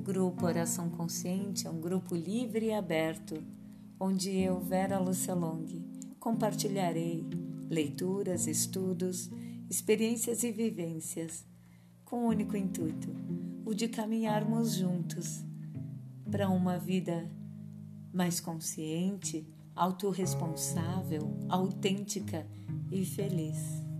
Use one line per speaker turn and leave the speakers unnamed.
Grupo Oração Consciente é um grupo livre e aberto, onde eu, Vera Lucelong, compartilharei leituras, estudos, experiências e vivências, com o único intuito, o de caminharmos juntos para uma vida mais consciente, autorresponsável, autêntica e feliz.